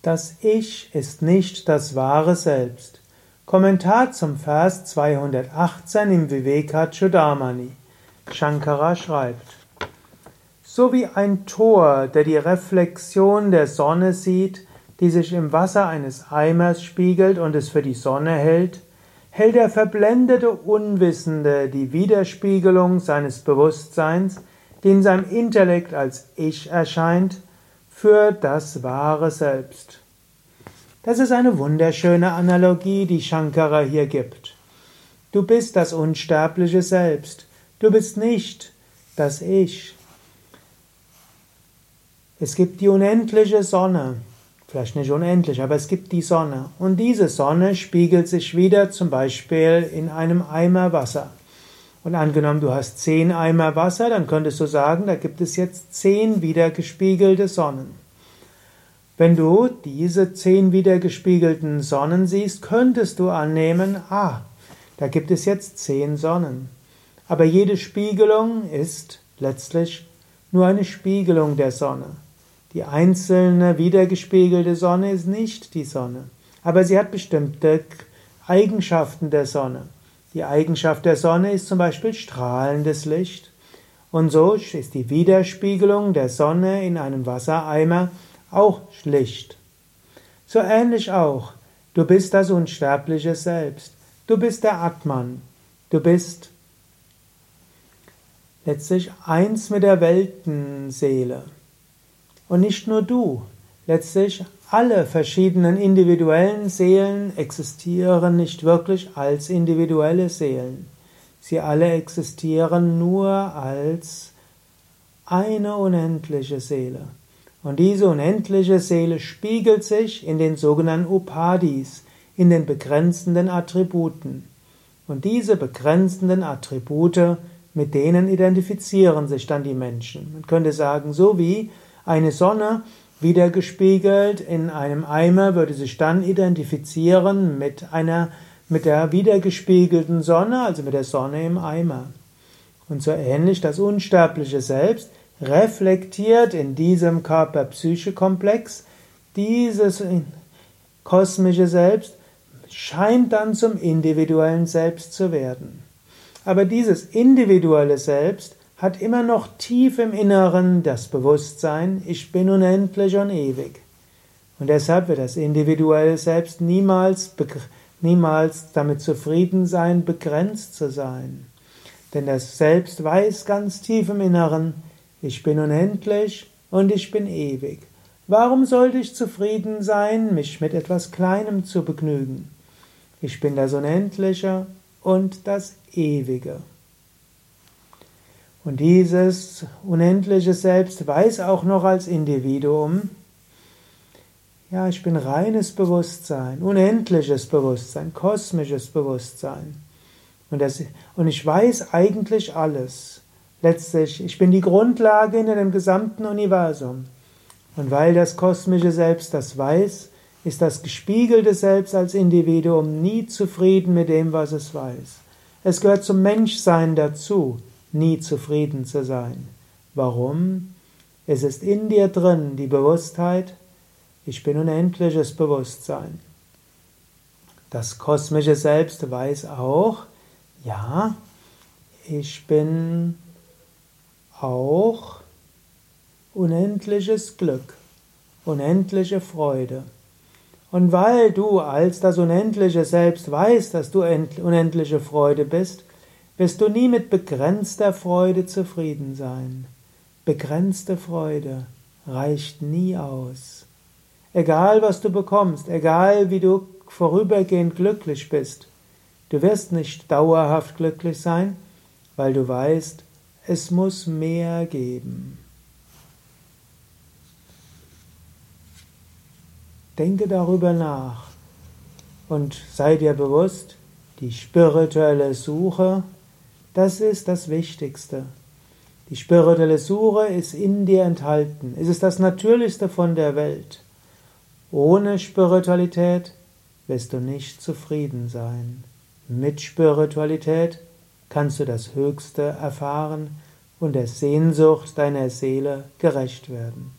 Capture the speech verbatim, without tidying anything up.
Das Ich ist nicht das wahre Selbst. Kommentar zum Vers zweihundertachtzehn im Vivekachudamani. Shankara schreibt: So wie ein Tor, der die Reflexion der Sonne sieht, die sich im Wasser eines Eimers spiegelt und es für die Sonne hält, hält der verblendete Unwissende die Widerspiegelung seines Bewusstseins, die in seinem Intellekt als Ich erscheint, für das wahre Selbst. Das ist eine wunderschöne Analogie, die Shankara hier gibt. Du bist das unsterbliche Selbst. Du bist nicht das Ich. Es gibt die unendliche Sonne. Vielleicht nicht unendlich, aber es gibt die Sonne. Und diese Sonne spiegelt sich wieder zum Beispiel in einem Eimer Wasser. Und angenommen, du hast zehn Eimer Wasser, dann könntest du sagen, da gibt es jetzt zehn wiedergespiegelte Sonnen. Wenn du diese zehn wiedergespiegelten Sonnen siehst, könntest du annehmen, ah, da gibt es jetzt zehn Sonnen. Aber jede Spiegelung ist letztlich nur eine Spiegelung der Sonne. Die einzelne wiedergespiegelte Sonne ist nicht die Sonne, aber sie hat bestimmte Eigenschaften der Sonne. Die Eigenschaft der Sonne ist zum Beispiel strahlendes Licht. Und so ist die Widerspiegelung der Sonne in einem Wassereimer auch Licht. So ähnlich auch. Du bist das unsterbliche Selbst. Du bist der Atman. Du bist letztlich eins mit der Weltenseele. Und nicht nur du. Letztlich alle verschiedenen individuellen Seelen existieren nicht wirklich als individuelle Seelen. Sie alle existieren nur als eine unendliche Seele. Und diese unendliche Seele spiegelt sich in den sogenannten Upadhis, in den begrenzenden Attributen. Und diese begrenzenden Attribute, mit denen identifizieren sich dann die Menschen. Man könnte sagen, so wie eine Sonne wiedergespiegelt in einem Eimer würde sich dann identifizieren mit einer, mit der wiedergespiegelten Sonne, also mit der Sonne im Eimer. Und so ähnlich das unsterbliche Selbst reflektiert in diesem Körper-Psyche-Komplex, dieses kosmische Selbst scheint dann zum individuellen Selbst zu werden. Aber dieses individuelle Selbst hat immer noch tief im Inneren das Bewusstsein, ich bin unendlich und ewig. Und deshalb wird das individuelle Selbst niemals, niemals damit zufrieden sein, begrenzt zu sein. Denn das Selbst weiß ganz tief im Inneren, ich bin unendlich und ich bin ewig. Warum sollte ich zufrieden sein, mich mit etwas Kleinem zu begnügen? Ich bin das Unendliche und das Ewige. Und dieses unendliche Selbst weiß auch noch als Individuum, ja, ich bin reines Bewusstsein, unendliches Bewusstsein, kosmisches Bewusstsein. Und, das, und ich weiß eigentlich alles. Letztlich, ich bin die Grundlage in dem gesamten Universum. Und weil das kosmische Selbst das weiß, ist das gespiegelte Selbst als Individuum nie zufrieden mit dem, was es weiß. Es gehört zum Menschsein dazu, nie zufrieden zu sein. Warum? Es ist in dir drin die Bewusstheit, ich bin unendliches Bewusstsein. Das kosmische Selbst weiß auch, ja, ich bin auch unendliches Glück, unendliche Freude. Und weil du als das unendliche Selbst weißt, dass du unendliche Freude bist, wirst du nie mit begrenzter Freude zufrieden sein. Begrenzte Freude reicht nie aus. Egal, was du bekommst, egal, wie du vorübergehend glücklich bist, du wirst nicht dauerhaft glücklich sein, weil du weißt, es muss mehr geben. Denke darüber nach und sei dir bewusst, die spirituelle Suche, das ist das Wichtigste. Die spirituelle Suche ist in dir enthalten. Es ist das Natürlichste von der Welt. Ohne Spiritualität wirst du nicht zufrieden sein. Mit Spiritualität kannst du das Höchste erfahren und der Sehnsucht deiner Seele gerecht werden.